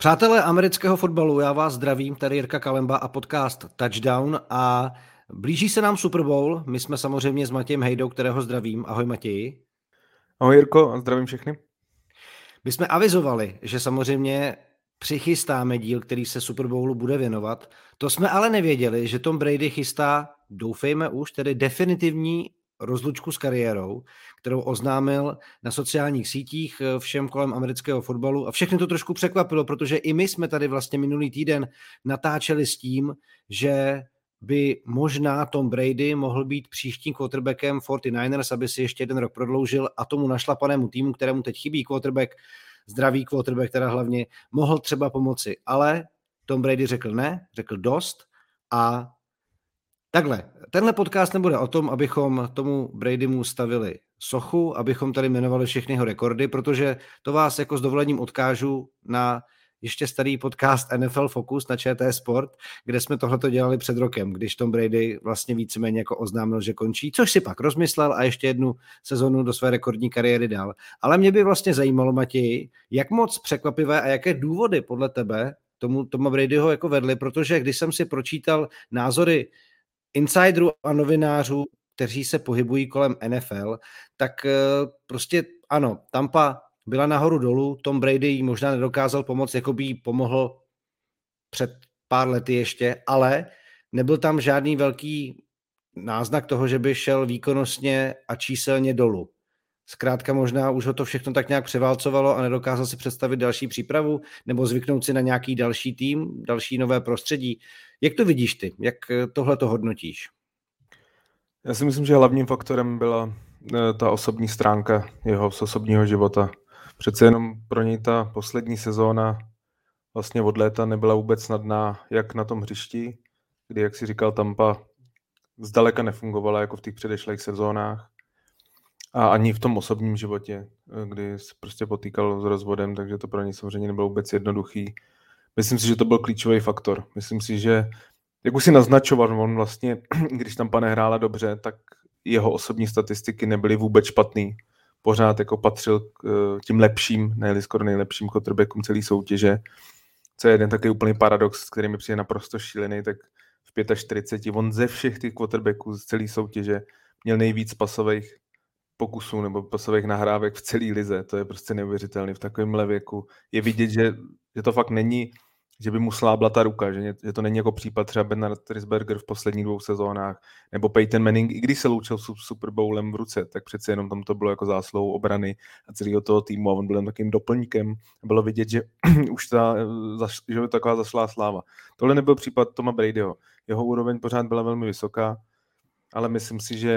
Přátelé amerického fotbalu, já vás zdravím, tady Jirka Kalemba a podcast Touchdown a blíží se nám Super Bowl, my jsme samozřejmě s Matějem Hejdou, kterého zdravím. Ahoj Matěji. Ahoj Jirko a zdravím všechny. My jsme avizovali, že samozřejmě přichystáme díl, který se Super Bowlu bude věnovat. To jsme ale nevěděli, že Tom Brady chystá, doufejme už, tedy definitivní rozlučku s kariérou, kterou oznámil na sociálních sítích všem kolem amerického fotbalu a všechny to trošku překvapilo, protože i my jsme tady vlastně minulý týden natáčeli s tím, že by možná Tom Brady mohl být příštím quarterbackem 49ers, aby si ještě jeden rok prodloužil a tomu našlapanému týmu, kterému teď chybí quarterback, zdravý quarterback teda hlavně, mohl třeba pomoci. Ale Tom Brady řekl ne, řekl dost a takhle. Tenhle podcast nebude o tom, abychom tomu Bradymu stavili sochu, abychom tady jmenovali všechny jeho rekordy, protože to vás jako s dovolením odkážu na ještě starý podcast NFL Focus na ČT Sport, kde jsme tohleto dělali před rokem, když Tom Brady vlastně víceméně jako oznámil, že končí, což si pak rozmyslel a ještě jednu sezonu do své rekordní kariéry dal. Ale mě by vlastně zajímalo, Matěji, jak moc překvapivé a jaké důvody podle tebe Toma Bradyho jako vedly, protože když jsem si pročítal názory insiderů a novinářů, kteří se pohybují kolem NFL, tak prostě ano, Tampa byla nahoru dolů, Tom Brady jí možná nedokázal pomoct, jako by jí pomohl před pár lety ještě, ale nebyl tam žádný velký náznak toho, že by šel výkonnostně a číselně dolů. Zkrátka možná už ho to všechno tak nějak převálcovalo a nedokázal si představit další přípravu nebo zvyknout si na nějaký další tým, další nové prostředí. Jak to vidíš ty? Jak tohle to hodnotíš? Já si myslím, že hlavním faktorem byla ta osobní stránka jeho osobního života. Přece jenom pro něj ta poslední sezóna vlastně od léta nebyla vůbec snadná, jak na tom hřišti, kdy, jak si říkal, Tampa zdaleka nefungovala jako v těch předešlých sezónách a ani v tom osobním životě, kdy se prostě potýkal s rozvodem, takže to pro něj samozřejmě nebylo vůbec jednoduchý. Myslím si, že to byl klíčový faktor. Myslím si, že jak už si naznačoval, on vlastně, když tam pane hrála dobře, tak jeho osobní statistiky nebyly vůbec špatný. Pořád jako patřil k tím lepším, ne skoro nejlepším quarterbackům celé soutěže. Co je jeden takový úplný paradox, s kterým mi přijde naprosto šílený, tak v 45 on ze všech těch quarterbacků z celé soutěže měl nejvíc pasových pokusů nebo pasových nahrávek v celé lize. To je prostě neuvěřitelné v takovémhle věku. Je vidět, že to fakt není, že by mu slábla ta ruka, že to není jako případ třeba Ben Roethlisberger v posledních 2 sezónách, nebo Peyton Manning, i když se loučil s Super Bowlem v ruce, tak přece jenom tam to bylo jako zásluhou obrany a celého toho týmu a on byl takovým doplňkem. Bylo vidět, že už že je taková zašlá sláva. Tohle nebyl případ Toma Bradyho. Jeho úroveň pořád byla velmi vysoká, ale myslím si, že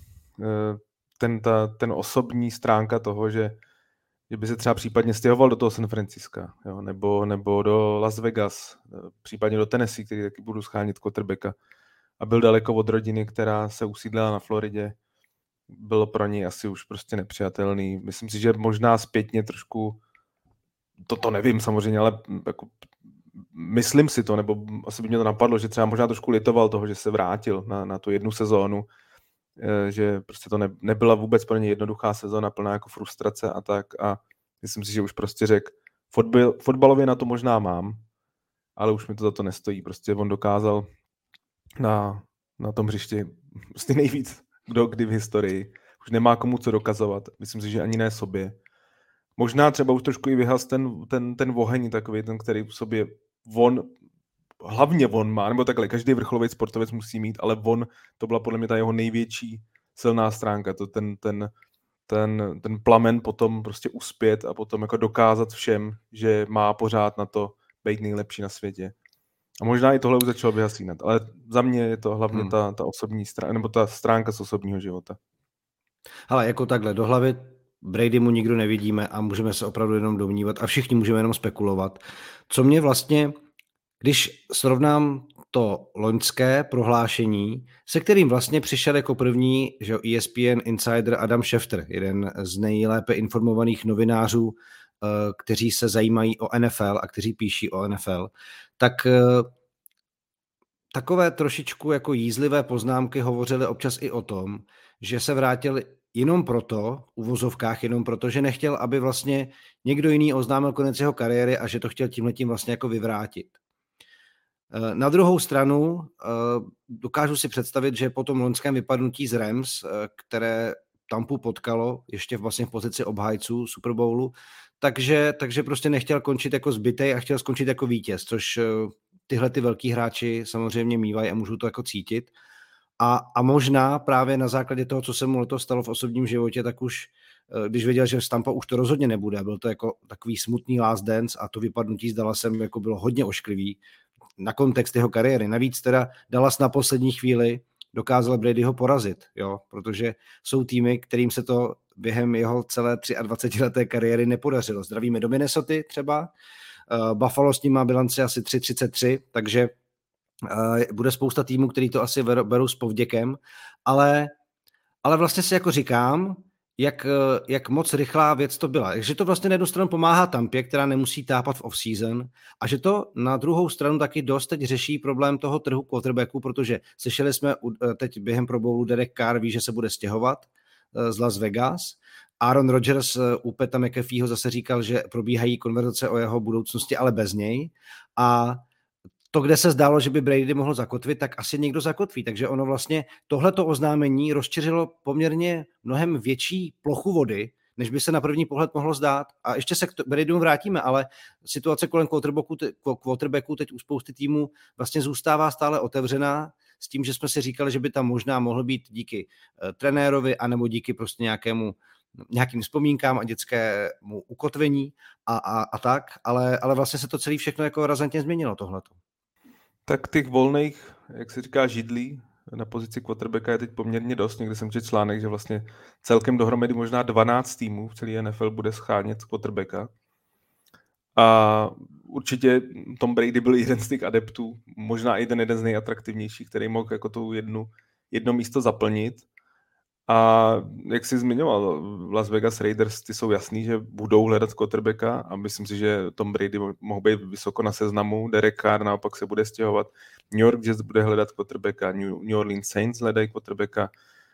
ten osobní stránka toho, že by se třeba případně stěhoval do toho San Francisca, jo, nebo do Las Vegas, případně do Tennessee, který taky budu schánit quarterbacka, a byl daleko od rodiny, která se usídlila na Floridě, bylo pro něj asi už prostě nepřijatelný. Myslím si, že možná zpětně trošku, to nevím samozřejmě, ale jako myslím si to, nebo asi by mě to napadlo, že třeba možná trošku litoval toho, že se vrátil na tu jednu sezónu, že prostě to nebyla vůbec pro ně jednoduchá sezóna, plná jako frustrace a tak, a myslím si, že už prostě řekl, fotbalově na to možná mám, ale už mi to za to nestojí. Prostě on dokázal na tom hřišti prostě nejvíc, kdo kdy v historii. Už nemá komu co dokazovat. Myslím si, že ani ne sobě. Možná třeba už trošku i vyhas ten oheň takový, ten, který v sobě hlavně on má, nebo takhle, každý vrcholový sportovec musí mít, ale to byla podle mě ta jeho největší silná stránka, to ten plamen potom prostě uspět a potom jako dokázat všem, že má pořád na to být nejlepší na světě. A možná i tohle už začalo vyhasínat, ale za mě je to hlavně ta osobní stránka, nebo ta stránka z osobního života. Ale jako takhle, do hlavy Brady mu nikdo nevidíme a můžeme se opravdu jenom domnívat a všichni můžeme jenom spekulovat. Co mě vlastně, když srovnám to loňské prohlášení, se kterým vlastně přišel jako první, že ESPN insider Adam Schefter, jeden z nejlépe informovaných novinářů, kteří se zajímají o NFL a kteří píší o NFL, tak takové trošičku jako jízlivé poznámky hovořily občas i o tom, že se vrátil jenom proto, v uvozovkách jenom proto, že nechtěl, aby vlastně někdo jiný oznámil konec jeho kariéry a že to chtěl tímhletím vlastně jako vyvrátit. Na druhou stranu dokážu si představit, že po tom loňském vypadnutí z Rams, které Tampu potkalo ještě vlastně v pozici obhájců Super Bowlu, takže prostě nechtěl končit jako zbytej a chtěl skončit jako vítěz, což tyhle ty velký hráči samozřejmě mívají a můžou to jako cítit. A možná právě na základě toho, co se mu letos stalo v osobním životě, tak už když věděl, že z Tampa už to rozhodně nebude, byl to jako takový smutný last dance a to vypadnutí z Dallasem jako bylo hodně ošklivý na kontext jeho kariéry. Navíc teda Dallas na poslední chvíli dokázal Bradyho porazit, jo, protože jsou týmy, kterým se to během jeho celé 23leté kariéry nepodařilo. Zdravíme do Minnesota třeba, Buffalo s ním má bilanci asi 3-33, takže bude spousta týmů, který to asi berou s povděkem, ale vlastně si jako říkám, jak moc rychlá věc to byla. Takže to vlastně na jednu stranu pomáhá Tampě, která nemusí tápat v off-season, a že to na druhou stranu taky dost teď řeší problém toho trhu quarterbacků, protože slyšeli jsme teď během Pro Bowlu, Derek Carr ví, že se bude stěhovat z Las Vegas. Aaron Rodgers u Peta McAfeeho zase říkal, že probíhají konverzace o jeho budoucnosti, ale bez něj. A to, kde se zdálo, že by Brady mohl zakotvit, tak asi někdo zakotví. Takže ono vlastně tohleto oznámení rozčeřilo poměrně mnohem větší plochu vody, než by se na první pohled mohlo zdát. A ještě se k Bradymu vrátíme, ale situace kolem quarterbacku teď u spousty týmů vlastně zůstává stále otevřená, s tím, že jsme si říkali, že by tam možná mohl být díky trenérovi anebo díky prostě nějakým vzpomínkám a dětskému ukotvení a tak, ale vlastně se to celé všechno jako razantně změnilo tohleto. Tak těch volných, jak se říká, židlí na pozici quarterbacka je teď poměrně dost. Někde jsem četl článek, že vlastně celkem dohromady možná 12 týmů v celé NFL bude schánět quarterbacka. A určitě Tom Brady byl jeden z těch adeptů, možná i ten jeden z nejatraktivnějších, který mohl jako tu jedno místo zaplnit. A jak jsi zmiňoval, Las Vegas Raiders, ty jsou jasný, že budou hledat quarterbacka a myslím si, že Tom Brady mohl být vysoko na seznamu, Derek Carr naopak se bude stěhovat, New York Jets bude hledat quarterbacka, New Orleans Saints hledají quarterbacka,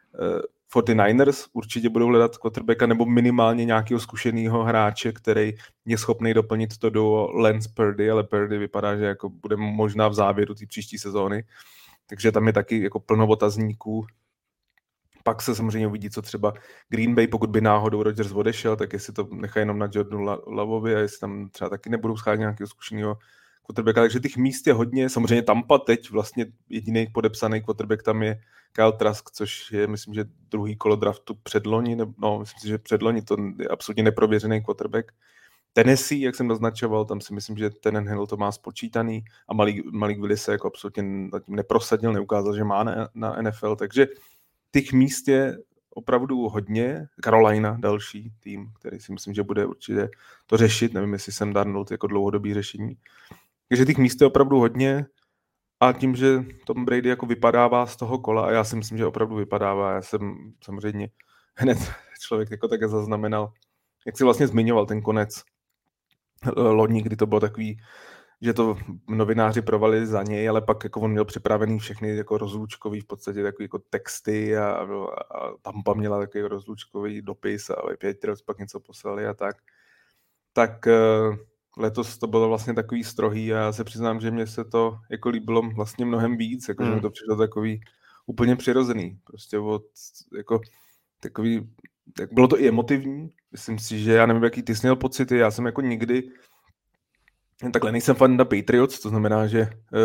49ers určitě budou hledat quarterbacka nebo minimálně nějakého zkušeného hráče, který je schopný doplnit to do Lance Purdy, ale Purdy vypadá, že jako bude možná v závěru té příští sezóny, takže tam je taky jako plno otazníků. Pak se samozřejmě uvidí, co třeba Green Bay, pokud by náhodou Rodgers odešel, tak jestli to nechají jenom na Jordanu Lovovi a jestli tam třeba taky nebudou schánět nějakého zkušeného quarterbacka. Takže těch míst je hodně. Samozřejmě Tampa teď vlastně jediný podepsaný quarterback tam je Kyle Trask, což je, myslím, že druhý kolo draftu předloni, myslím si, že předloni, to je absolutně neprověřený quarterback. Tennessee, jak jsem naznačoval, tam si myslím, že ten Hill to má spočítaný a Malik Willis se jako absolutně zatím neprosadil, neukázal, že má na NFL, takže těch míst je opravdu hodně. Carolina, další tým, který si myslím, že bude určitě to řešit. Nevím, jestli jsem Darnold jako dlouhodobý řešení. Takže těch míst je opravdu hodně a tím, že Tom Brady jako vypadává z toho kola a já si myslím, že opravdu vypadává. Já jsem samozřejmě hned člověk jako také zaznamenal, jak si vlastně zmiňoval ten konec loni, kdy to bylo takový, že to novináři provalili za něj, ale pak jako on měl připravený všechny jako rozlučkový v podstatě takový jako texty a Tampa měla takový rozlučkový dopis a Patriots pak něco poslali a tak. Tak letos to bylo vlastně takový strohý a já se přiznám, že mně se to jako líbilo vlastně mnohem víc, jako že mi to přišlo takový úplně přirozený. Prostě jako takový, tak bylo to i emotivní. Myslím si, že já nevím, jaký ty jsi měl pocity, já jsem jako nikdy takhle nejsem fan na Patriots, to znamená, že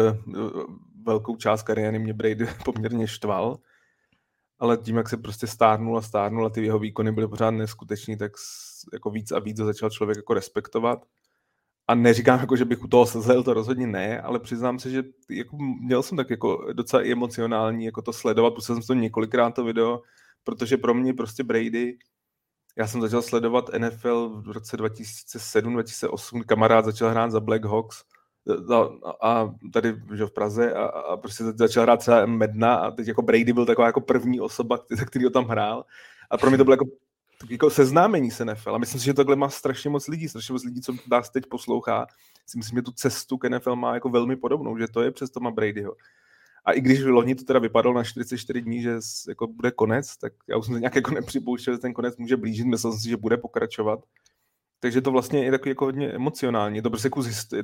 velkou část kariéry mě Brady poměrně štval, ale tím, jak se prostě stárnul a ty jeho výkony byly pořád neskutečný, tak jako víc a víc začal člověk jako respektovat. A neříkám, jako, že bych u toho slzel, to rozhodně ne, ale přiznám se, že jako měl jsem tak jako docela i emocionální jako to sledovat, pustil jsem to několikrát to video, protože pro mě prostě Brady, já jsem začal sledovat NFL v roce 2007-2008, kamarád začal hrát za Black Hawks a tady v Praze a prostě začal hrát třeba Medna a teď jako Brady byl taková jako první osoba, který ho tam hrál a pro mě to bylo jako seznámení s NFL a myslím si, že tohle má strašně moc lidí, co nás teď poslouchá, si myslím, že tu cestu k NFL má jako velmi podobnou, že to je přes Toma Bradyho. A i když loni to teda vypadalo na 44 dní, že jako bude konec, tak já už jsem se nějak jako nepřipouštěl, že ten konec může blížit, myslel jsem si, že bude pokračovat. Takže to vlastně je takový jako hodně emocionální. Je to prostě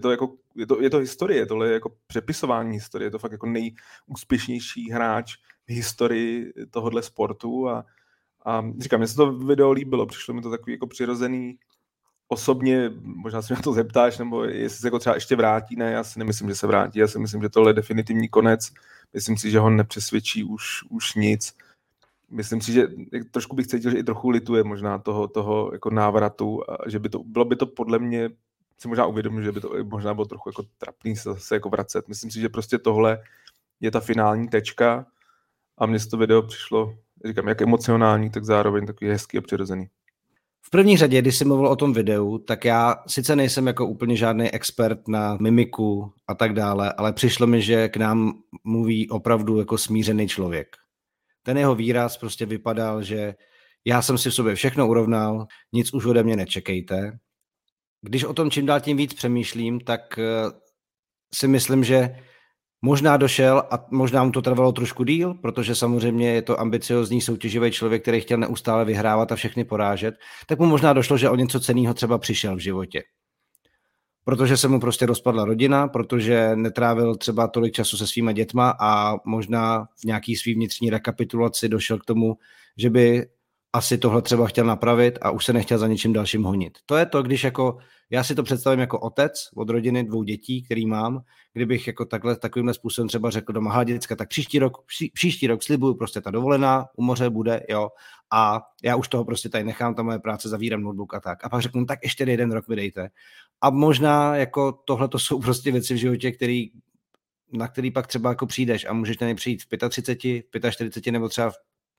je to historie, tohle je jako přepisování historie, je to fakt jako nejúspěšnější hráč v historii tohohle sportu a říkám, mně se to video líbilo, přišlo mi to takový jako přirozený. Osobně, možná se mě to zeptáš, nebo jestli se jako třeba ještě vrátí, ne, já si nemyslím, že se vrátí, já si myslím, že tohle je definitivní konec, myslím si, že ho nepřesvědčí už nic. Myslím si, že trošku bych cítil, že i trochu lituje možná toho jako návratu, a že bylo by to podle mě, si možná uvědomil, že by to možná bylo trochu jako trapný se jako vracet. Myslím si, že prostě tohle je ta finální tečka a mně z to video přišlo, říkám, jak emocionální, tak zároveň takový hezký a přirozený. V první řadě, když jsi mluvil o tom videu, tak já sice nejsem jako úplně žádný expert na mimiku a tak dále, ale přišlo mi, že k nám mluví opravdu jako smířený člověk. Ten jeho výraz prostě vypadal, že já jsem si v sobě všechno urovnal, nic už ode mě nečekejte. Když o tom čím dál tím víc přemýšlím, tak si myslím, že možná došel a možná mu to trvalo trošku díl, protože samozřejmě je to ambiciozní soutěživý člověk, který chtěl neustále vyhrávat a všechny porážet, tak mu možná došlo, že o něco cenného třeba přišel v životě. Protože se mu prostě rozpadla rodina, protože netrávil třeba tolik času se svýma dětma a možná v nějaký svý vnitřní rekapitulaci došel k tomu, že by asi tohle třeba chtěl napravit a už se nechtěl za ničím dalším honit. To je to, když jako, já si to představím jako otec od rodiny 2 dětí, který mám, kdybych jako takovýmhle způsobem třeba řekl doma, děcka, tak příští rok slibuju prostě ta dovolená, u moře bude, jo, a já už toho prostě tady nechám, ta moje práce, zavírám notebook a tak. A pak řeknu, tak ještě 1 rok mi dejte. A možná jako tohle to jsou prostě věci v životě, na který pak třeba jako přijdeš a můžeš na ně přijít v 35, 45 nebo třeba v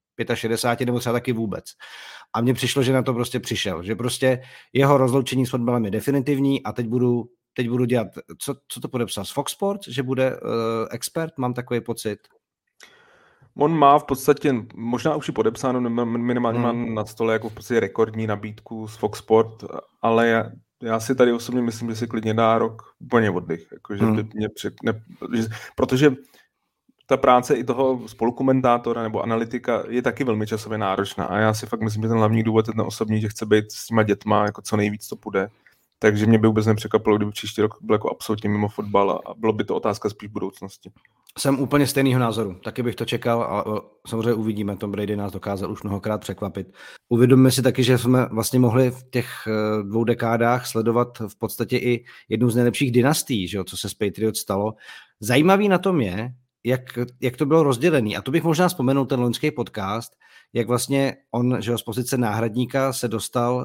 65 nebo třeba taky vůbec. A mně přišlo, že na to prostě přišel, že prostě jeho rozloučení s fotbalem je definitivní a teď budu dělat, co to podepsal, z Fox Sports, že bude expert, mám takový pocit. On má v podstatě, možná už i podepsáno, minimálně má na stole jako v podstatě rekordní nabídku z Fox Sport, ale já si tady osobně myslím, že si klidně dá rok úplně oddych, jakože by mě protože ta práce i toho spolukomentátora nebo analytika je taky velmi časově náročná a já si fakt myslím, že ten hlavní důvod je ten osobní, že chce být s těma dětma jako co nejvíc to půjde. Takže mě by vůbec nepřekvapilo, kdyby příští rok byl jako absolutně mimo fotbal a bylo by to otázka spíš budoucnosti. Jsem úplně stejného názoru, taky bych to čekal a samozřejmě uvidíme, Tom Brady nás dokázal už mnohokrát překvapit. Uvědomme si taky, že jsme vlastně mohli v těch 2 dekádách sledovat v podstatě i jednu z nejlepších dynastií, že jo, co se s Patriots stalo. Zajímavý na tom je, jak to bylo rozdělený. A to bych možná vzpomenul ten loňský podcast, jak vlastně on, že z pozice náhradníka se dostal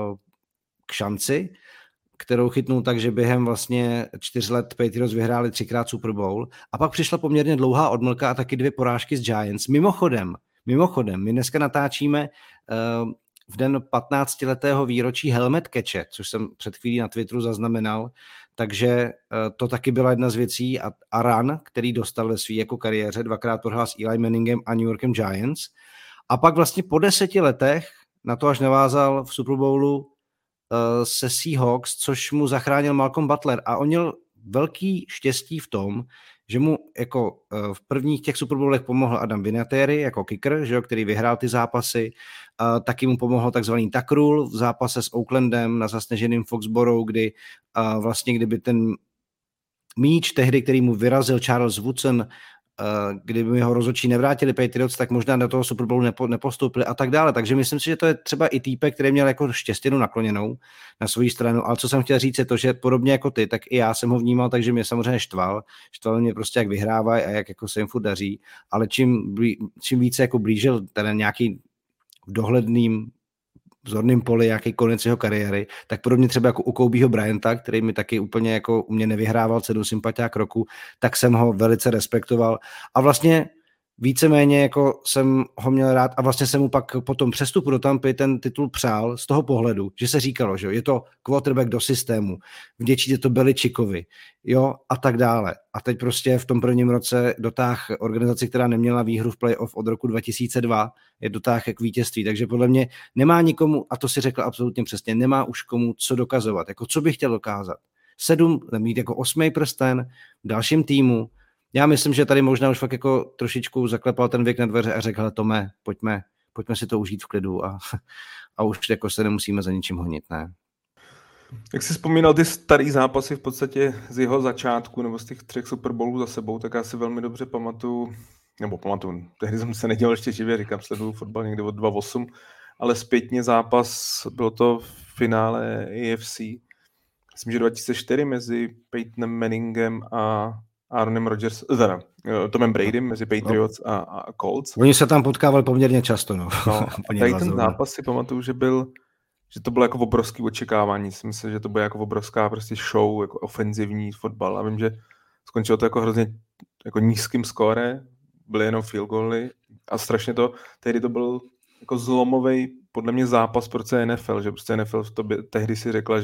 k šanci, kterou chytnul tak, že během vlastně 4 let Patriots vyhráli 3krát Super Bowl a pak přišla poměrně dlouhá odmlka a taky 2 porážky z Giants. Mimochodem, my dneska natáčíme v den 15letého výročí helmet catche, což jsem před chvílí na Twitteru zaznamenal, takže to taky byla jedna z věcí a run, který dostal ve své jako kariéře, 2krát prohrál s Eli Manningem a New Yorkem Giants a pak vlastně po 10 letech na to až navázal v Super Bowlu se Seahawks, což mu zachránil Malcolm Butler a on měl velký štěstí v tom, že mu jako v prvních těch Super Bowlech pomohl Adam Vinatieri jako kicker, že jo, který vyhrál ty zápasy, taky mu pomohl takzvaný tuck rule v zápase s Oaklandem na zasněženém Foxborough, kdy vlastně kdyby ten míč tehdy, který mu vyrazil Charles Woodson, kdyby ho rozhodčí nevrátili Patriots, tak možná do toho Super Bowlu nepostoupili a tak dále. Takže myslím si, že to je třeba i týpek, který měl jako štěstěnu nakloněnou na svou stranu, ale co jsem chtěl říct je to, že podobně jako ty, tak i já jsem ho vnímal, takže mě samozřejmě štval mě prostě, jak vyhrávají a jak jako se jim furt daří, ale čím více jako blížil ten nějaký v dohledným vzorným poli, jaký konec jeho kariéry, tak podobně třeba jako u Kobeho Bryanta, který mi taky úplně jako u mě nevyhrával cenu sympatiák roku, tak jsem ho velice respektoval a vlastně víceméně jako jsem ho měl rád a vlastně jsem mu pak po tom přestupu do Tampy ten titul přál z toho pohledu, že se říkalo, že je to quarterback do systému, vděčíte to Beličikovi, jo, a tak dále. A teď prostě v tom prvním roce dotáh organizaci, která neměla výhru v playoff od roku 2002, je dotáh k vítězství, takže podle mě nemá nikomu, a to si řekl absolutně přesně, nemá už komu co dokazovat, jako co bych chtěl dokázat. 7, mít jako 8. prsten v dalším týmu, Já myslím, že tady možná už fakt jako trošičku zaklepal ten věk na dveře a řekl, hele Tome, pojďme si to užít v klidu a už jako se nemusíme za ničím honit, ne? Jak jsi vzpomínal ty starý zápasy v podstatě z jeho začátku, nebo z těch 3 Super Bowlů za sebou, tak já si velmi dobře pamatuju, tehdy jsem se nedělal ještě živě, říkám, sleduju fotbal někde od 2008, ale zpětně zápas, bylo to v finále AFC, myslím, že 2004 mezi Peytonem Manningem a Aaronem Rodgers, Tomem Bradym mezi Patriots a Colts. Oni se tam potkávali poměrně často, no. A tady ten zápas si pamatuju, že to bylo jako obrovský očekávání. Myslím, že to bude jako obrovská prostě show, jako ofenzivní fotbal. A vím, že skončilo to jako hrozně jako nízkým skóre, byly jenom field goaly a strašně tehdy to byl jako zlomový podle mě zápas pro NFL, že prostě NFL tehdy si řekla,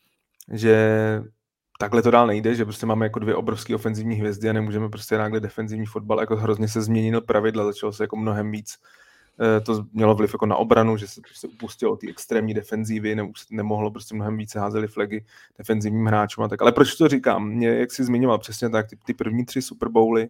že takhle to dál nejde, že prostě máme jako 2 obrovské ofenzivní hvězdy a nemůžeme prostě hrát defenzivní fotbal, jako hrozně se změnilo pravidla, začalo se jako mnohem víc to mělo vliv jako na obranu, že se prostě upustilo ty extrémní defenzívy, nemohlo prostě mnohem více házeli flagy defenzivním hráčům a tak. Ale proč to říkám? Jak jsi zmiňoval přesně tak, ty první 3 Super Bowly,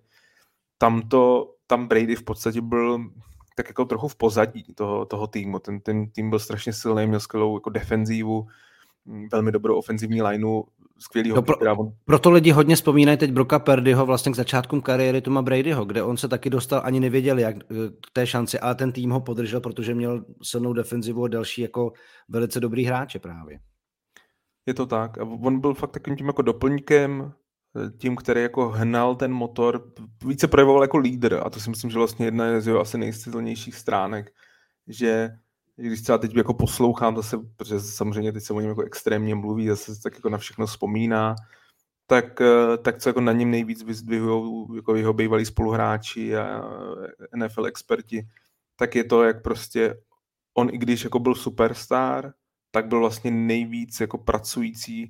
tam Brady v podstatě byl tak jako trochu v pozadí toho týmu. Ten tým byl strašně silný, měl skvělou jako defenzívu, velmi dobrou ofenzivní lineu, skvělýho proto lidi hodně vzpomínají teď Brocka Purdyho vlastně k začátkům kariéry Toma Bradyho, kde on se taky dostal, ani nevěděl, jak k té šanci, ale ten tým ho podržel, protože měl silnou defenzivu a další jako velice dobrý hráče právě. Je to tak. A on byl fakt takovým tím jako doplňkem, tím, který jako hnal ten motor, více projevoval jako lídr a to si myslím, že vlastně jedna z jeho asi nejsilnějších stránek, že když třeba teď jako poslouchám zase, protože samozřejmě teď se o něm jako extrémně mluví, zase tak jako na všechno vzpomíná, tak co jako na něm nejvíc vyzdvihujou jako jeho bývalí spoluhráči a NFL experti, tak je to, jak prostě on, i když jako byl superstar, tak byl vlastně nejvíc jako pracující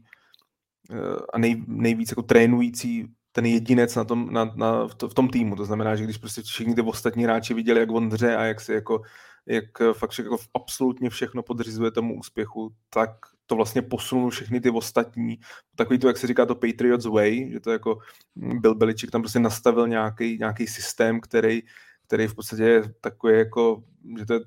a nejvíc jako trénující ten jedinec v tom týmu. To znamená, že když prostě všichni ty ostatní hráči viděli, jak on dře a jak fakt jako absolutně všechno podřizuje tomu úspěchu, tak to vlastně posunul všechny ty ostatní. Takový to, jak se říká, to Patriots way, že to jako Bill Belichick tam prostě nastavil nějaký systém, který v podstatě je takový jako, že to je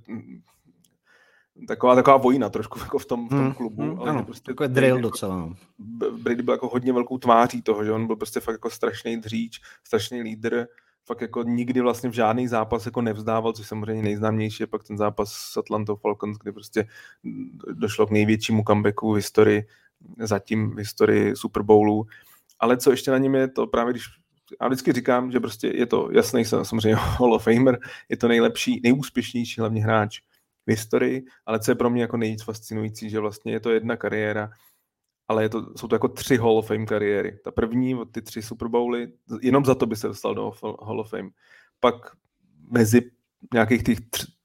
taková vojna trošku jako v tom klubu. Ale ano, prostě takový drill docela. Brady byl jako hodně velkou tváří toho, že on byl prostě fakt jako strašný dříč, strašný lídr, fakt jako nikdy vlastně v žádný zápas jako nevzdával, což samozřejmě nejznámější je pak ten zápas s Atlantou Falcons, kdy prostě došlo k největšímu comebacku zatím v historii Super Bowlu. Ale co ještě na něm je to právě, když já vždycky říkám, že prostě je to jasný samozřejmě Hall of Famer, je to nejlepší, nejúspěšnější hlavně hráč v historii, ale co je pro mě jako nejvíc fascinující, že vlastně je to jedna kariéra, ale jsou to jako 3 Hall of Fame kariéry. Ta první, ty 3 Super Bowly, jenom za to by se dostal do Hall of Fame. Pak mezi nějakých těch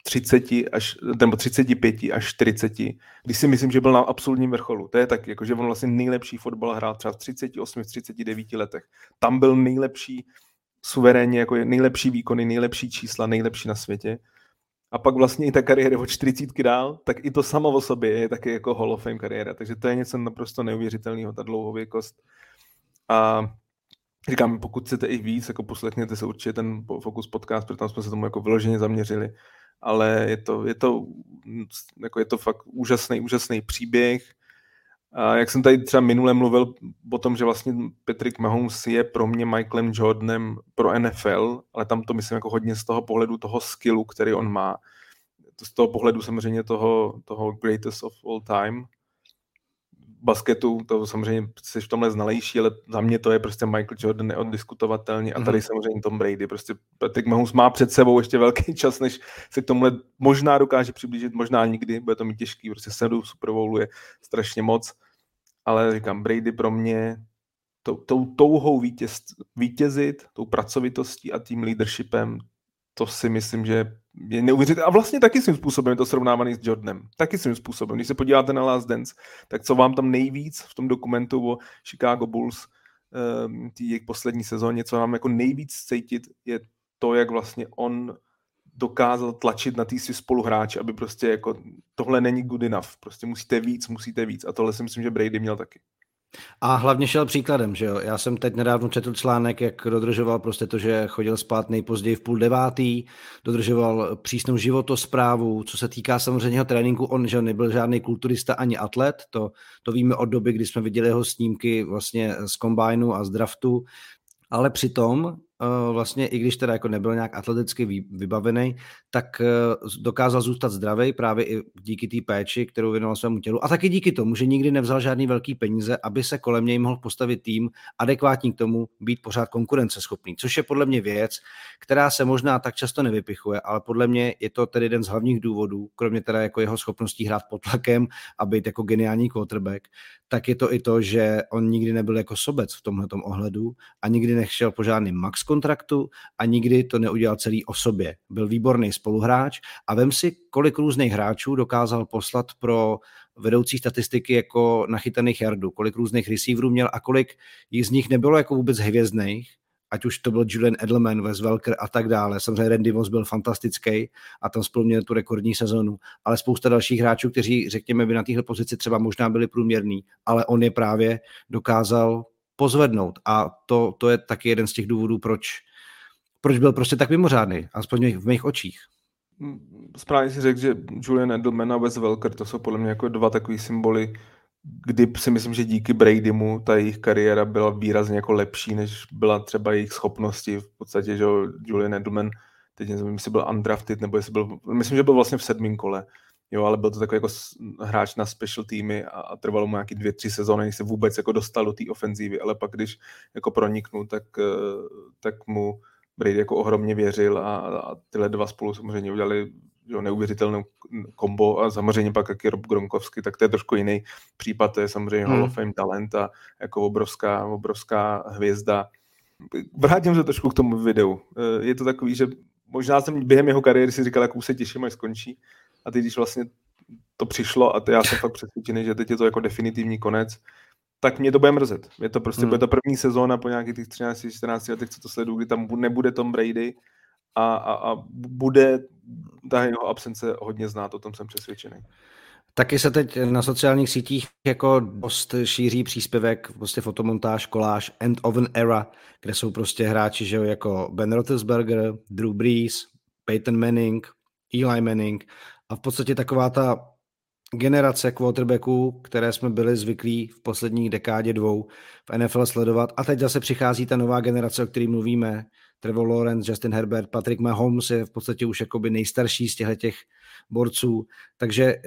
35 až 40, když si myslím, že byl na absolutním vrcholu. To je tak, jako, že on vlastně nejlepší fotbal hrál třeba v 38, v 39 letech. Tam byl nejlepší suverénně, jako nejlepší výkony, nejlepší čísla, nejlepší na světě. A pak vlastně i ta kariéra od 40 dál, tak i to samo o sobě je taky jako Hall of Fame kariéra. Takže to je něco naprosto neuvěřitelného, ta dlouhověkost. A říkám, pokud chcete i víc, jako poslechněte se určitě ten Focus podcast, protože tam jsme se tomu jako vyloženě zaměřili. Ale je to fakt úžasný příběh. A jak jsem tady třeba minule mluvil o tom, že vlastně Patrick Mahomes je pro mě Michaelem Jordanem pro NFL, ale tam to myslím jako hodně z toho pohledu toho skillu, který on má. Z toho pohledu samozřejmě toho greatest of all time. Basketu, to samozřejmě jsi v tomhle znalejší, ale za mě to je prostě Michael Jordan neoddiskutovatelně a tady samozřejmě Tom Brady. Prostě Patrick Mahomes má před sebou ještě velký čas, než se k tomuhle možná dokáže přiblížit, možná nikdy, bude to mít těžký, prostě 7 Super Bowlu je strašně moc, ale říkám, Brady pro mě tou touhou vítězit, tou pracovitostí a tím leadershipem, to si myslím, že je neuvěřitelné. A vlastně taky svým způsobem je to srovnávaný s Jordanem. Taky svým způsobem. Když se podíváte na Last Dance, tak co vám tam nejvíc v tom dokumentu o Chicago Bulls, jejich poslední sezóně, co vám jako nejvíc cítit, je to, jak vlastně on dokázal tlačit na ty svý spoluhráče, aby prostě jako tohle není good enough. Prostě musíte víc. A tohle si myslím, že Brady měl taky. A hlavně šel příkladem, že jo. Já jsem teď nedávno četl článek, jak dodržoval prostě to, že chodil spát nejpozději v 8:30, dodržoval přísnou životosprávu, co se týká samozřejmě jeho tréninku, on že nebyl žádný kulturista ani atlet, to víme od doby, kdy jsme viděli jeho snímky vlastně z kombajnu a z draftu, ale přitom vlastně, i když teda jako nebyl nějak atleticky vybavený, tak dokázal zůstat zdravý právě i díky té péči, kterou věnoval svému tělu. A taky díky tomu, že nikdy nevzal žádný velký peníze, aby se kolem něj mohl postavit tým adekvátní k tomu být pořád konkurenceschopný. Což je podle mě věc, která se možná tak často nevypichuje, ale podle mě je to tedy jeden z hlavních důvodů, kromě teda jako jeho schopností hrát pod tlakem a být jako geniální quarterback, tak je to i to, že on nikdy nebyl jako sobec v tomhletom ohledu a nikdy nešel po žádným max kontraktu a nikdy to neudělal celý o sobě. Byl výborný spoluhráč a vem si, kolik různých hráčů dokázal poslat pro vedoucí statistiky jako nachytaných yardů, kolik různých receiverů měl a kolik z nich nebylo jako vůbec hvězdných, ať už to byl Julian Edelman, Wes Welker a tak dále. Samozřejmě Randy Moss byl fantastický a tam spolu měl tu rekordní sezonu, ale spousta dalších hráčů, kteří, řekněme, by na téhle pozici třeba možná byli průměrní, ale on je právě dokázal pozvednout a to je taky jeden z těch důvodů, proč byl prostě tak mimořádný, aspoň v mých očích. Správně si řekl, že Julian Edelman a Wes Welker, to jsou podle mě jako dva takový symboly, kdy si myslím, že díky Bradymu ta jejich kariéra byla výrazně jako lepší, než byla třeba jejich schopnosti. V podstatě, že Julian Edelman, teď nevím, jestli byl undrafted, nebo jestli byl, myslím, že byl vlastně v 7. kole, jo, ale byl to takový jako hráč na special týmy a trvalo mu nějaký 2-3 sezóny, než se vůbec jako dostal do té ofenzívy, ale pak, když jako proniknul, tak mu Brady jako ohromně věřil a tyhle dva spolu samozřejmě udělali neuvěřitelnou kombo a samozřejmě pak jak je Rob Gronkowski, tak to je trošku jiný případ, to je samozřejmě Hall of Fame talent a jako obrovská hvězda. Vrátím se trošku k tomu videu. Je to takový, že možná jsem během jeho kariéry si říkal, jak už se těším, až skončí a teď, když vlastně to přišlo a já jsem fakt přesvědčený, že teď je to jako definitivní konec, tak mě to bude mrzet. Je to prostě bude to první sezóna po nějakých těch 13-14 letech, co to sleduju, kdy tam nebude Tom Brady a bude ta jeho absence hodně znát, o tom jsem přesvědčený. Taky se teď na sociálních sítích jako dost šíří příspěvek, prostě fotomontáž, koláž End of an Era, kde jsou prostě hráči, že jako Ben Roethlisberger, Drew Brees, Peyton Manning, Eli Manning a v podstatě taková ta generace quarterbacků, které jsme byli zvyklí v poslední dekádě 2 v NFL sledovat. A teď zase přichází ta nová generace, o které mluvíme. Trevor Lawrence, Justin Herbert, Patrick Mahomes je v podstatě už jakoby nejstarší z těch borců. Takže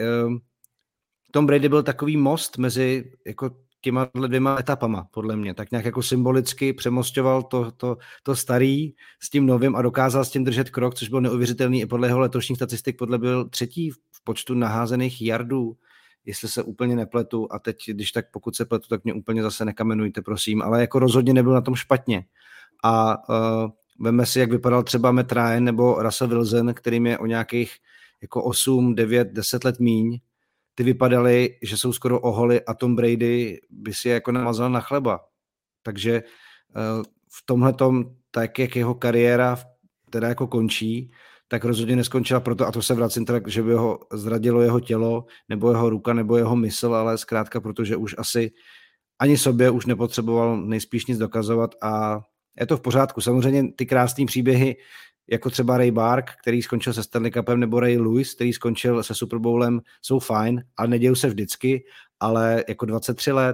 Tom Brady byl takový most mezi jako těma dvěma etapama, podle mě. Tak nějak jako symbolicky přemostoval to starý s tím novým a dokázal s tím držet krok, což byl neuvěřitelný i podle jeho letošních statistik, podle byl 3. v počtu naházených yardů, jestli se úplně nepletu a teď, když tak pokud se pletu, tak mě úplně zase nekamenujte, prosím, ale jako rozhodně nebyl na tom špatně. A veme si, jak vypadal třeba Matt Ryan nebo Russell Wilson, kterým je o nějakých jako 8, 9, 10 let míň, ty vypadaly, že jsou skoro oholy a Tom Brady by si je jako namazal na chleba. Takže v tomhletom, tak jak jeho kariéra teda jako končí, tak rozhodně neskončila proto, a to se vracím teda, že by ho zradilo jeho tělo, nebo jeho ruka, nebo jeho mysl, ale zkrátka protože už asi ani sobě už nepotřeboval nejspíš nic dokazovat a je to v pořádku. Samozřejmě ty krásné příběhy, jako třeba Ray Bark, který skončil se Stanley Cupem, nebo Ray Lewis, který skončil se Super Bowlem, jsou fajn, ale nedějou se vždycky, ale jako 23 let,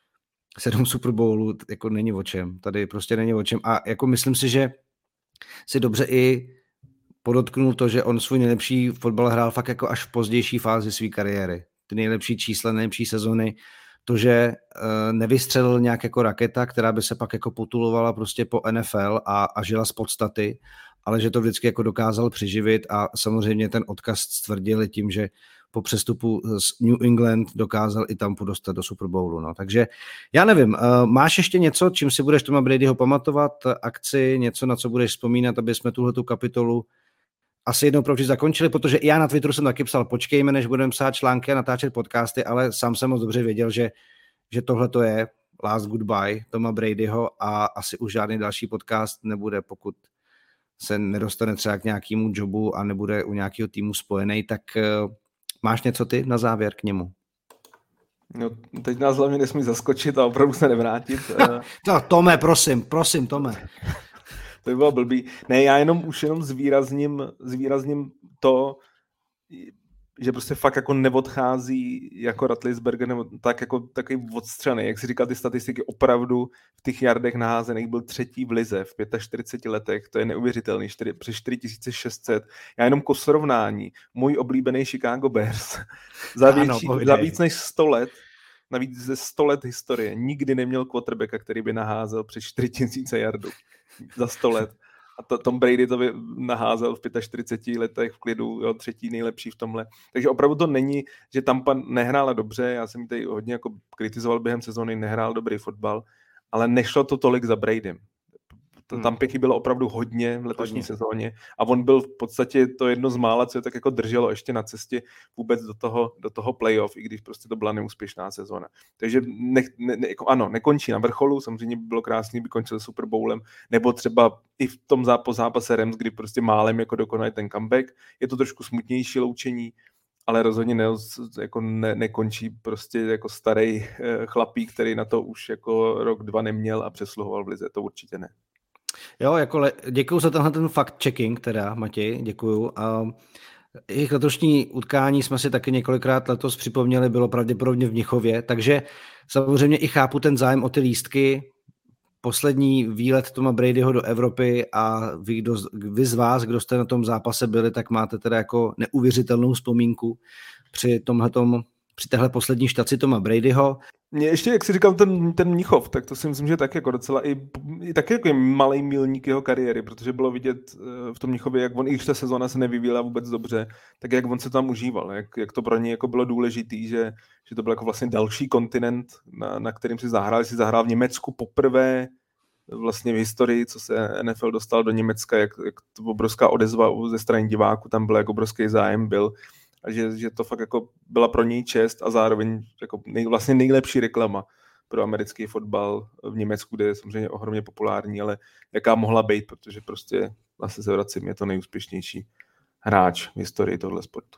7 Super Bowlů, jako není o čem. Tady prostě není o čem. A jako myslím si, že si dobře i podotknul to, že on svůj nejlepší fotbal hrál fakt jako až v pozdější fázi své kariéry. Ty nejlepší čísla, nejlepší sezony, to, že nevystřelil nějak jako raketa, která by se pak jako potulovala prostě po NFL a žila z podstaty, ale že to vždycky jako dokázal přiživit a samozřejmě ten odkaz stvrdil tím, že po přestupu z New England dokázal i tam dostat do Super Bowlu. No. Takže já nevím, máš ještě něco, čím si budeš Toma Bradyho pamatovat, akci, něco, na co budeš vzpomínat, aby jsme tuhletu kapitolu asi jednou provždy zakončili, protože i já na Twitteru jsem taky psal, počkejme, než budeme psát články a natáčet podcasty, ale sám jsem moc dobře věděl, že tohle to je last goodbye Toma Bradyho a asi už žádný další podcast nebude, pokud se nedostane třeba k nějakému jobu a nebude u nějakého týmu spojený, tak máš něco ty na závěr k němu? No, teď nás hlavně nesmí zaskočit a opravdu se nevrátit. Tome, prosím, Tome. To by bylo blbý. Ne, já už jenom zvýrazním to, že prostě fakt jako neodchází jako Ratlisberger, nebo tak jako takový odstřelený. Jak si říkal, ty statistiky opravdu v těch yardech naházených byl třetí v lize v 45 letech. To je neuvěřitelný, přes 4600. Já jenom ko srovnání, můj oblíbený Chicago Bears za víc než 100 let, navíc ze 100 let historie, nikdy neměl quarterbacka, který by naházel přes 4000 yardů za 100 let. A Tom Brady to by naházel v 45 letech v klidu, jo, třetí nejlepší v tomhle. Takže opravdu to není, že Tampa nehrála dobře, já jsem tady hodně jako kritizoval během sezóny, nehrál dobrý fotbal, ale nešlo to tolik za Bradym. Tampě chybělo opravdu hodně v letošní sezóně a on byl v podstatě to jedno z mála, co je tak jako drželo ještě na cestě vůbec do toho playoff, i když prostě to byla neúspěšná sezóna. Takže nekončí na vrcholu, samozřejmě by bylo krásný, by končil Super Bowlem, nebo třeba i v tom zápase Rams, kdy prostě málem jako dokonají ten comeback. Je to trošku smutnější loučení, ale rozhodně nekončí prostě jako starý chlapík, který na to už jako rok, dva neměl a přesluhoval v lize, to určitě ne. Jo, děkuju za tenhle ten fact-checking teda, Matěj, děkuju. A jejich letošní utkání jsme si taky několikrát letos připomněli, bylo pravděpodobně v Mnichově, takže samozřejmě i chápu ten zájem o ty lístky. Poslední výlet Toma Bradyho do Evropy a vy z vás, kdo jste na tom zápase byli, tak máte teda jako neuvěřitelnou vzpomínku při téhle poslední štaci Toma Bradyho. Mě ještě, jak si říkal, ten Mnichov, tak to si myslím, že tak jako docela i taky jako malej milník jeho kariéry, protože bylo vidět v tom Mnichově, jak on, i když ta sezóna se nevyvíjela vůbec dobře, tak jak on se tam užíval, jak to pro něj jako bylo důležitý, že to byl jako vlastně další kontinent, na kterým si zahrál v Německu poprvé vlastně v historii, co se NFL dostal do Německa, jak to obrovská odezva ze strany diváků, tam byl jako obrovský zájem byl, a že to fakt jako byla pro něj čest a zároveň jako vlastně nejlepší reklama pro americký fotbal v Německu, kde je samozřejmě ohromně populární, ale jaká mohla být, protože prostě vlastně se vracím, je to nejúspěšnější hráč v historii tohle sportu.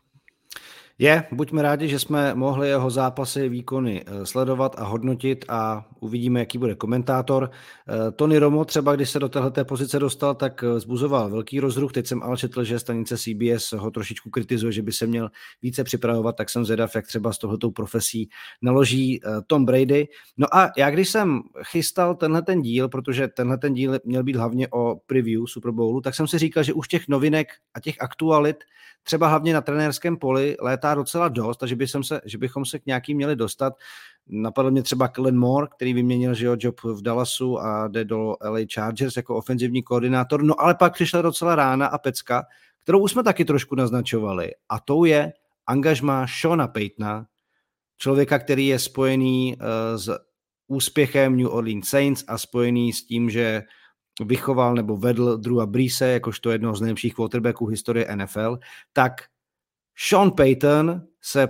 Buďme rádi, že jsme mohli jeho zápasy, výkony sledovat a hodnotit a uvidíme, jaký bude komentátor. Tony Romo třeba, když se do téhleté pozice dostal, tak zbuzoval velký rozruch. Teď jsem ale četl, že stanice CBS ho trošičku kritizuje, že by se měl více připravovat, tak jsem zvědav, jak třeba s tohletou profesí naloží Tom Brady. No a já když jsem chystal tenhle ten díl, protože tenhle ten díl měl být hlavně o preview Super Bowlu, tak jsem si říkal, že už těch novinek a těch aktualit třeba hlavně na trenérském poli létá docela dost a že bychom se k nějakým měli dostat. Napadl mě třeba Kellen Moore, který vyměnil job v Dallasu a jde do LA Chargers jako ofenzivní koordinátor, no ale pak přišla docela rána a pecka, kterou už jsme taky trošku naznačovali, a tou je angažmá Seana Paytona, člověka, který je spojený s úspěchem New Orleans Saints a spojený s tím, že vychoval nebo vedl Drewa Breese jakožto jednoho z nejlepších quarterbacků historie NFL, tak Sean Payton se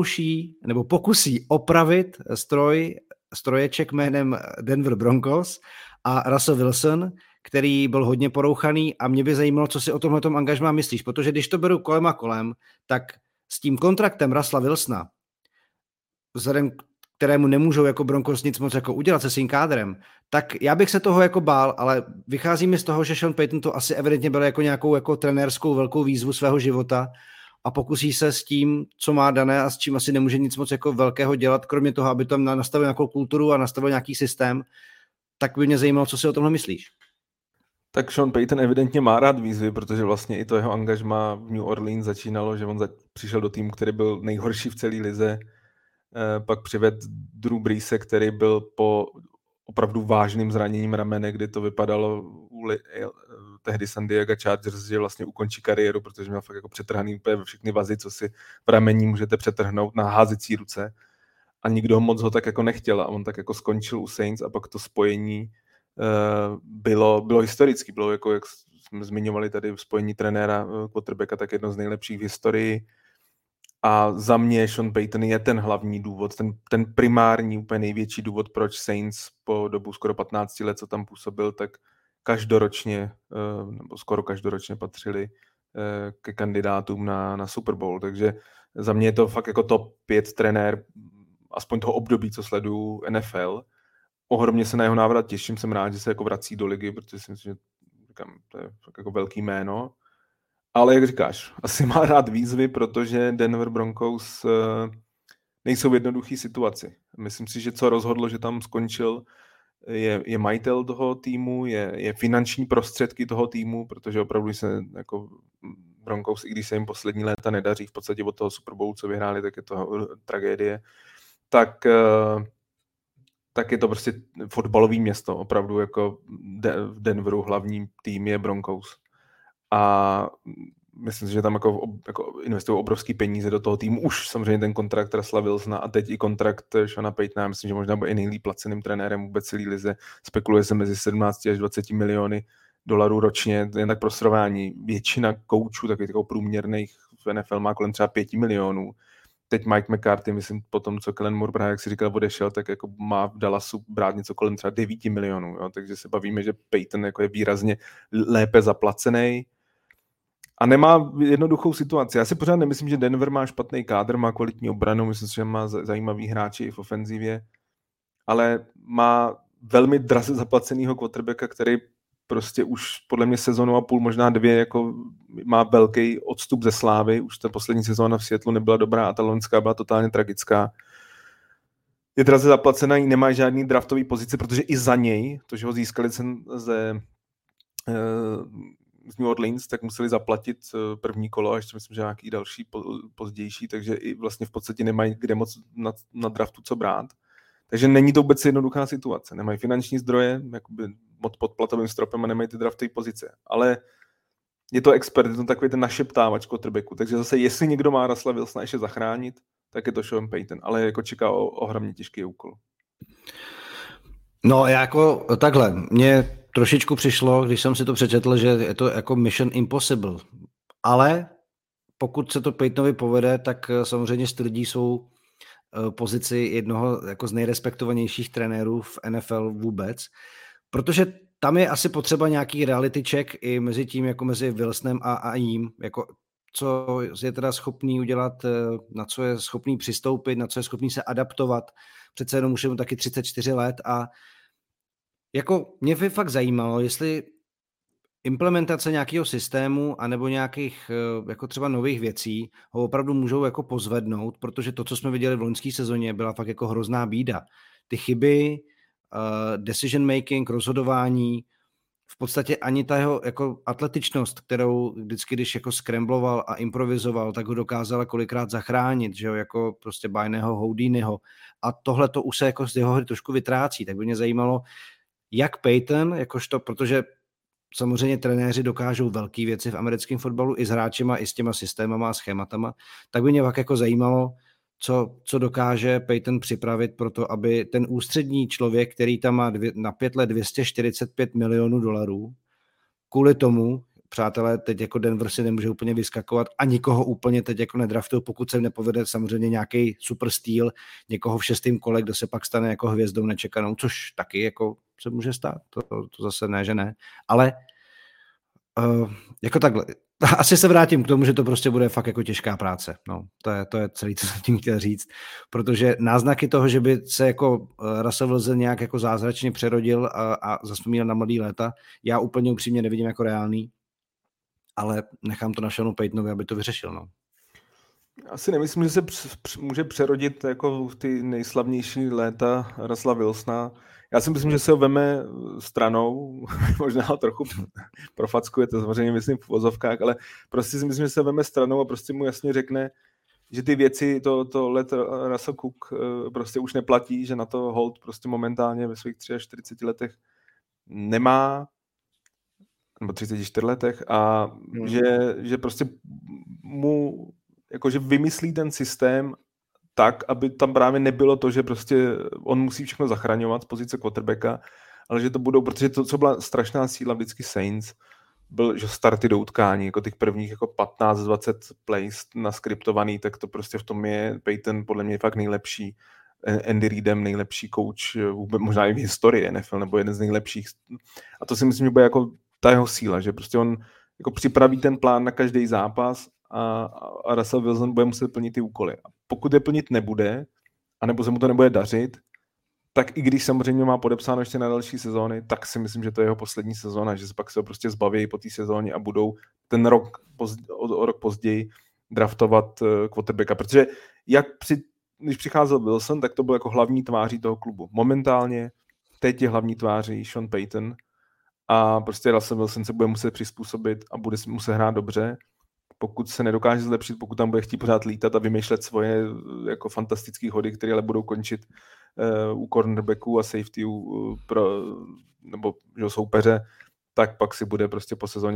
pokusí opravit stroječek jménem Denver Broncos a Russell Wilson, který byl hodně porouchaný, a mě by zajímalo, co si o tomhletom angažmá myslíš, protože když to beru kolem a kolem, tak s tím kontraktem Russella Wilsona, vzhledem kterému nemůžou jako Broncos nic moc jako udělat se svým kádrem, tak já bych se toho jako bál, ale vychází mi z toho, že Sean Payton to asi evidentně byl jako nějakou jako trenérskou velkou výzvu svého života a pokusí se s tím, co má dané a s čím asi nemůže nic moc jako velkého dělat, kromě toho, aby tam nastavil nějakou kulturu a nastavil nějaký systém. Tak by mě zajímalo, co si o tomhle myslíš. Tak Sean Payton evidentně má rád výzvy, protože vlastně i to jeho angažmá v New Orleans začínalo, že on přišel do týmu, který byl nejhorší v celé lize, pak přivedl Drew Breese, který byl po opravdu vážným zraněním ramene, kdy to vypadalo tehdy San Diego Chargers, že vlastně ukončí kariéru, protože měl fakt jako přetrhaný úplně ve všechny vazy, co si v ramení můžete přetrhnout na házecí ruce, a nikdo moc ho tak jako nechtěl a on tak jako skončil u Saints a pak to spojení bylo historicky, bylo jako, jak jsme zmiňovali tady, spojení trenéra quarterbacka, tak jedno z nejlepších v historii. A za mě Sean Payton je ten hlavní důvod, ten primární, úplně největší důvod, proč Saints po dobu skoro 15 let, co tam působil, tak každoročně, nebo skoro každoročně patřili ke kandidátům na Super Bowl. Takže za mě je to fakt jako top 5 trenér aspoň toho období, co sleduju NFL. Ohromně se na jeho návrat těším, jsem rád, že se jako vrací do ligy, protože si myslím, že říkám, to je jako velký jméno. Ale jak říkáš, asi má rád výzvy, protože Denver Broncos nejsou v jednoduché situaci. Myslím si, že co rozhodlo, že tam skončil, je majitel toho týmu, je finanční prostředky toho týmu, protože opravdu se jako Broncos, i když se jim poslední léta nedaří, v podstatě od toho Super Bowlu, co vyhráli, tak je to tragédie, tak je to prostě fotbalový město, opravdu jako v Denveru hlavní tým je Broncos. A myslím si, že tam jako investují obrovský peníze do toho týmu. Už samozřejmě ten kontrakt Russella Wilsona a teď i kontrakt Seana Paytona. Myslím, že možná bude i nejlíp placeným trenérem vůbec celý lize. Spekuluje se mezi 17 až 20 miliony dolarů ročně. Jen tak pro srovnání. Většina koučů, takových průměrných v NFL má kolem třeba 5 milionů. Teď Mike McCarthy, myslím, po tom, co Kellen Moore, právě jak si říkal, odešel, tak jako má v Dallasu brát něco kolem třeba 9 milionů. Jo? Takže se bavíme, že Payton jako je výrazně lépe zaplacený. A nemá jednoduchou situaci. Já si pořád nemyslím, že Denver má špatný kádr, má kvalitní obranu, myslím si, že má zajímavý hráči i v ofenzivě, ale má velmi draze zaplacenýho quarterbacka, který prostě už podle mě sezonu a půl, možná 2, jako má velký odstup ze slávy. Už ta poslední sezóna v Seattlu nebyla dobrá a ta loňská byla totálně tragická. Je draze zaplacená, nemá žádný draftový pozici, protože i za něj, to, že ho získali z New Orleans, tak museli zaplatit první kolo a ještě myslím, že nějaký další pozdější, takže i vlastně v podstatě nemají kde moc na draftu co brát. Takže není to vůbec jednoduchá situace. Nemají finanční zdroje, jakoby pod platovým stropem a nemají ty draftové pozice. Ale je to expert, je to takový ten našeptávač quarterbacku. Takže zase, jestli někdo má Russella Wilsona ještě zachránit, tak je to Sean Payton. Ale jako čeká ohromně těžký úkol. No jako takhle, mně trošičku přišlo, když jsem si to přečetl, že je to jako Mission Impossible. Ale pokud se to Paytonovi povede, tak samozřejmě stvrdí svou pozici jednoho jako z nejrespektovanějších trenérů v NFL vůbec. Protože tam je asi potřeba nějaký reality check i mezi tím, jako mezi Wilsonem a jím, jako co je teda schopný udělat, na co je schopný přistoupit, na co je schopný se adaptovat. Přece jenom už je mu taky 34 let a jako mě by fakt zajímalo, jestli implementace nějakého systému anebo nějakých jako třeba nových věcí ho opravdu můžou jako pozvednout, protože to, co jsme viděli v loňské sezóně, byla fakt jako hrozná bída. Ty chyby, decision making, rozhodování, v podstatě ani ta jeho jako atletičnost, kterou vždycky, když jako scrambloval a improvizoval, tak ho dokázala kolikrát zachránit, že jo, jako prostě bajného Houdiniho. A tohle to už se jako z jeho hry trošku vytrácí, tak by mě zajímalo, jak Payton, jakožto, protože samozřejmě trenéři dokážou velké věci v americkém fotbalu i s hráčima, i s těma systémama a schématama, tak by mě fakt jako zajímalo, co dokáže Payton připravit pro to, aby ten ústřední člověk, který tam má na 5 let 245 milionů dolarů, kvůli tomu, přátelé, teď jako Denver si nemůže úplně vyskakovat a nikoho úplně teď jako nedraftují, pokud se nepovede samozřejmě nějaký super styl, někoho v 6. kole, kdo se pak stane jako hvězdou nečekanou, což taky jako se může stát, to zase ne, že ne, ale jako takhle, asi se vrátím k tomu, že to prostě bude fakt jako těžká práce, no, to je celý, co jsem tím chtěl říct, protože náznaky toho, že by se jako Russell Wilson nějak jako zázračně přerodil a zazpomínal na mladý léta, já úplně upřímně nevidím jako reálný, ale nechám to na Seanu Paytonovi, aby to vyřešil, no. Asi nemyslím, že se může přerodit jako v ty nejslavnější léta Russella Wilsona. Já si myslím, že se ho veme stranou, možná ho trochu profackuje, to samozřejmě myslím v vozovkách, ale prostě si myslím, že se veme stranou a prostě mu jasně řekne, že ty věci, to let Russell Cook prostě už neplatí, že na to hold prostě momentálně ve svých 43 letech nemá, nebo 34 letech a že prostě mu jakože vymyslí ten systém tak, aby tam právě nebylo to, že prostě on musí všechno zachraňovat z pozice quarterbacka, ale že to budou, protože to, co byla strašná síla vždycky Saints, byl, že starty do utkání, jako těch prvních jako 15-20 plays naskriptovaný, tak to prostě v tom je Payton podle mě fakt nejlepší. Andy Reidem nejlepší coach, možná i v historii NFL, nebo jeden z nejlepších. A to si myslím, že bude jako ta jeho síla, že prostě on jako připraví ten plán na každý zápas a Russell Wilson bude muset plnit ty úkoly. A pokud je plnit nebude anebo se mu to nebude dařit, tak i když samozřejmě má podepsáno ještě na další sezóny, tak si myslím, že to je jeho poslední sezóna, že se pak se ho prostě zbaví po té sezóně a budou ten rok, o rok později draftovat quarterbacka, protože když přicházel Wilson, tak to byl jako hlavní tváří toho klubu. Momentálně teď je hlavní tváří Sean Payton a prostě Russell Wilson se bude muset přizpůsobit a bude muset hrát dobře. Pokud se nedokáže zlepšit, pokud tam bude chtít pořád lítat a vymýšlet svoje jako fantastické hody, které ale budou končit u cornerbacků a safety nebo soupeře, tak pak si bude prostě po sezóně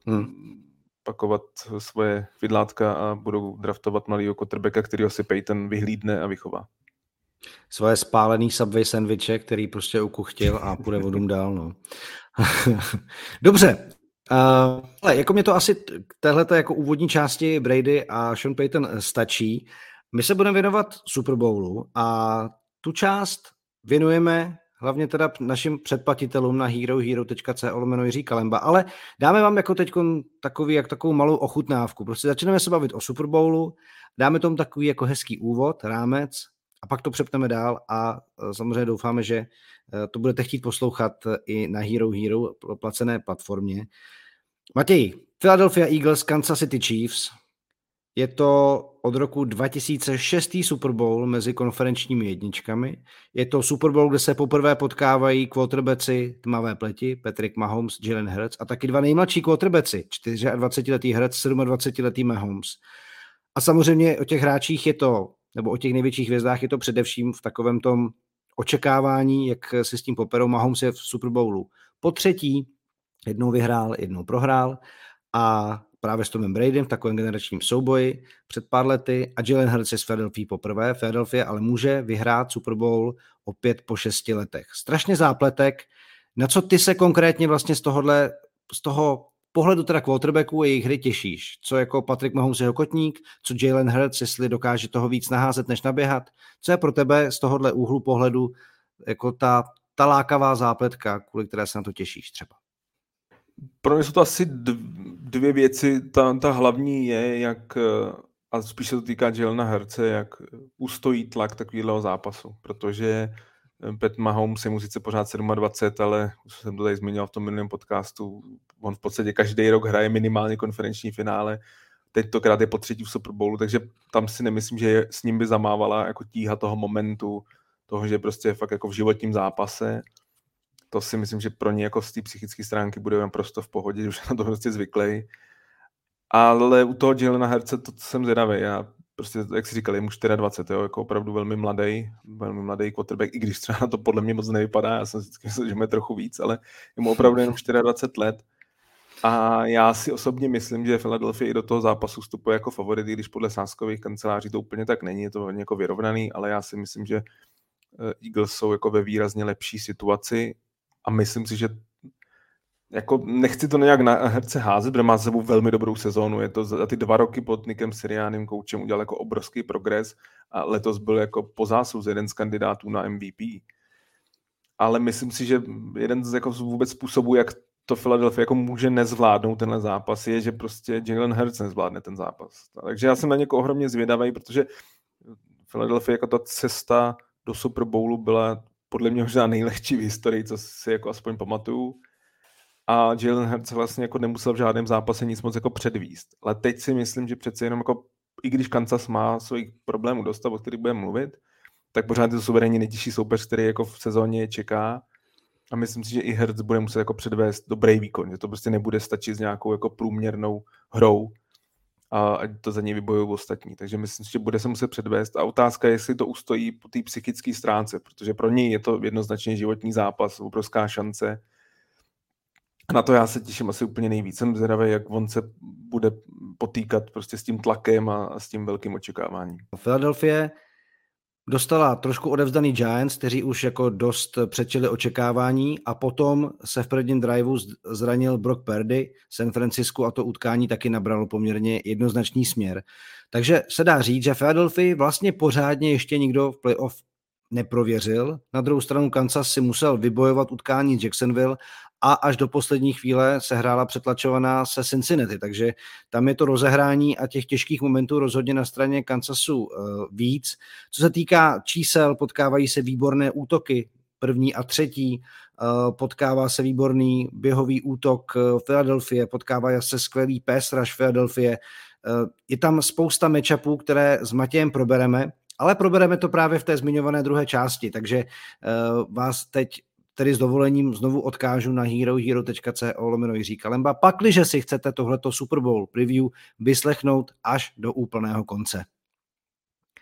pakovat svoje vidlátka a budou draftovat malýho quarterbacka, kterýho si Peyton vyhlídne a vychová. Svoje spálený Subway sandwiche, který prostě ukuchtil a půjde vodům dál. No. Dobře. Ale jako mě to asi téhleto jako úvodní části Brady a Sean Payton stačí. My se budeme věnovat Super Bowlu a tu část věnujeme hlavně teda našim předplatitelům na herohero.co Jiří Kalemba, ale dáme vám jako teď takovou malou ochutnávku. Prostě začneme se bavit o Super Bowlu, dáme tomu takový jako hezký úvod, rámec a pak to přepneme dál a samozřejmě doufáme, že to budete chtít poslouchat i na Hero placené platformě. Matěj, Philadelphia Eagles, Kansas City Chiefs. Je to od roku 2006. Super Bowl mezi konferenčními jedničkami. Je to Super Bowl, kde se poprvé potkávají quarterbacki tmavé pleti, Patrick Mahomes, Jalen Hurts a taky dva nejmladší quarterbacki, 24-letý Hurts, 27-letý Mahomes. A samozřejmě o těch hráčích nebo o těch největších hvězdách je to především v takovém tom očekávání, jak si s tím poperou. Mahomes je v Super Bowlu po třetí, jednou vyhrál, jednou prohrál a právě s Tomem Bradym v takovém generačním souboji před pár lety a Jalen Hurts je z Philadelphia poprvé. Philadelphia ale může vyhrát Super Bowl opět po 6 letech. Strašně zápletek. Na co ty se konkrétně vlastně z toho pohledu teda quarterbacků a jejich hry těšíš? Co jako Patrick Mahomes jeho kotník? Co Jalen Hurts, jestli dokáže toho víc naházet než naběhat? Co je pro tebe z tohohle úhlu pohledu jako ta lákavá zápletka, kvůli které se na to těšíš třeba? Pro mě jsou to asi dvě věci. Ta hlavní je, jak, a spíš se to týká Jalena Hurtse, jak ustojí tlak takového zápasu, protože Pat Mahomes je mu sice pořád 27, ale už jsem to tady zmínil v tom minulém podcastu, on v podstatě každý rok hraje minimálně konferenční finále, teď tokrát je po třetí v Super Bowlu, takže tam si nemyslím, že s ním by zamávala jako tíha toho momentu, toho, že prostě je fakt jako v životním zápase. To si myslím, že pro ně jako z té psychické stránky bude naprosto v pohodě, že už na to prostě zvyklej. Ale u toho Jalena Hurtse to jsem zvědavý. Já prostě, jak si říkal, je mu 24, jo, jako opravdu velmi mladý quarterback, i když třeba na to podle mě moc nevypadá, já jsem vždycky myslel, že má trochu víc, ale je mu opravdu jenom 24 let. A já si osobně myslím, že Philadelphia i do toho zápasu vstupuje jako favorit, i když podle sázkových kanceláří to úplně tak není, je to jako vyrovnaný, ale já si myslím, že Eagles jsou jako ve výrazně lepší situaci a myslím si, že jako nechci to nějak na herce házet, protože má za sebou velmi dobrou sezónu. Je to za ty 2 roky pod Nickem Siriannim koučem udělal jako obrovský progres a letos byl jako po zásluze jeden z kandidátů na MVP. Ale myslím si, že jeden z jako vůbec způsobů, jak to Philadelphia jako může nezvládnout tenhle zápas, je, že prostě Jalen Hurts nezvládne ten zápas. Takže já jsem na někoho ohromně zvědavý, protože Philadelphia jako ta cesta do Super Bowlu byla podle mě možná nejlehčí v historii, co si jako aspoň pamatuju. A Jalen Hurts vlastně jako nemusel v žádném zápase nic moc jako předvíst. Ale teď si myslím, že přece jenom jako, i když Kansas má svých problémů dostav, o kterých budeme mluvit, tak pořád je to suverénně nejtěžší soupeř, který jako v sezóně čeká. A myslím si, že i Hurts bude muset jako předvést dobrý výkon, že to prostě nebude stačit s nějakou jako průměrnou hrou a to za něj vybojují ostatní. Takže myslím si, že bude se muset předvést. A otázka je, jestli to ustojí po té psychické stránce, protože pro něj je to jednoznačně životní zápas, obrovská šance. A na to já se těším asi úplně nejvíc. Jsem zvědavý, jak on se bude potýkat prostě s tím tlakem a s tím velkým očekáváním. Philadelphia dostala trošku odevzdaný Giants, kteří už jako dost předčili očekávání a potom se v prvním driveu zranil Brock Purdy San Francisco a to utkání taky nabralo poměrně jednoznačný směr. Takže se dá říct, že Philadelphia vlastně pořádně ještě nikdo v playoff neprověřil. Na druhou stranu Kansas si musel vybojovat utkání Jacksonville a až do poslední chvíle se hrála přetlačovaná se Cincinnati, takže tam je to rozehrání a těch těžkých momentů rozhodně na straně Kansasu víc. Co se týká čísel, potkávají se výborné útoky, první a třetí, potkává se výborný běhový útok Philadelphie, potkává se skvělý pass rush Philadelphie. Je tam spousta matchupů, které s Matějem probereme, ale probereme to právě v té zmiňované druhé části, takže vás teď tedy s dovolením znovu odkážu na herohero.co/Jiří Kalemba, pakliže si chcete tohleto Super Bowl preview vyslechnout až do úplného konce.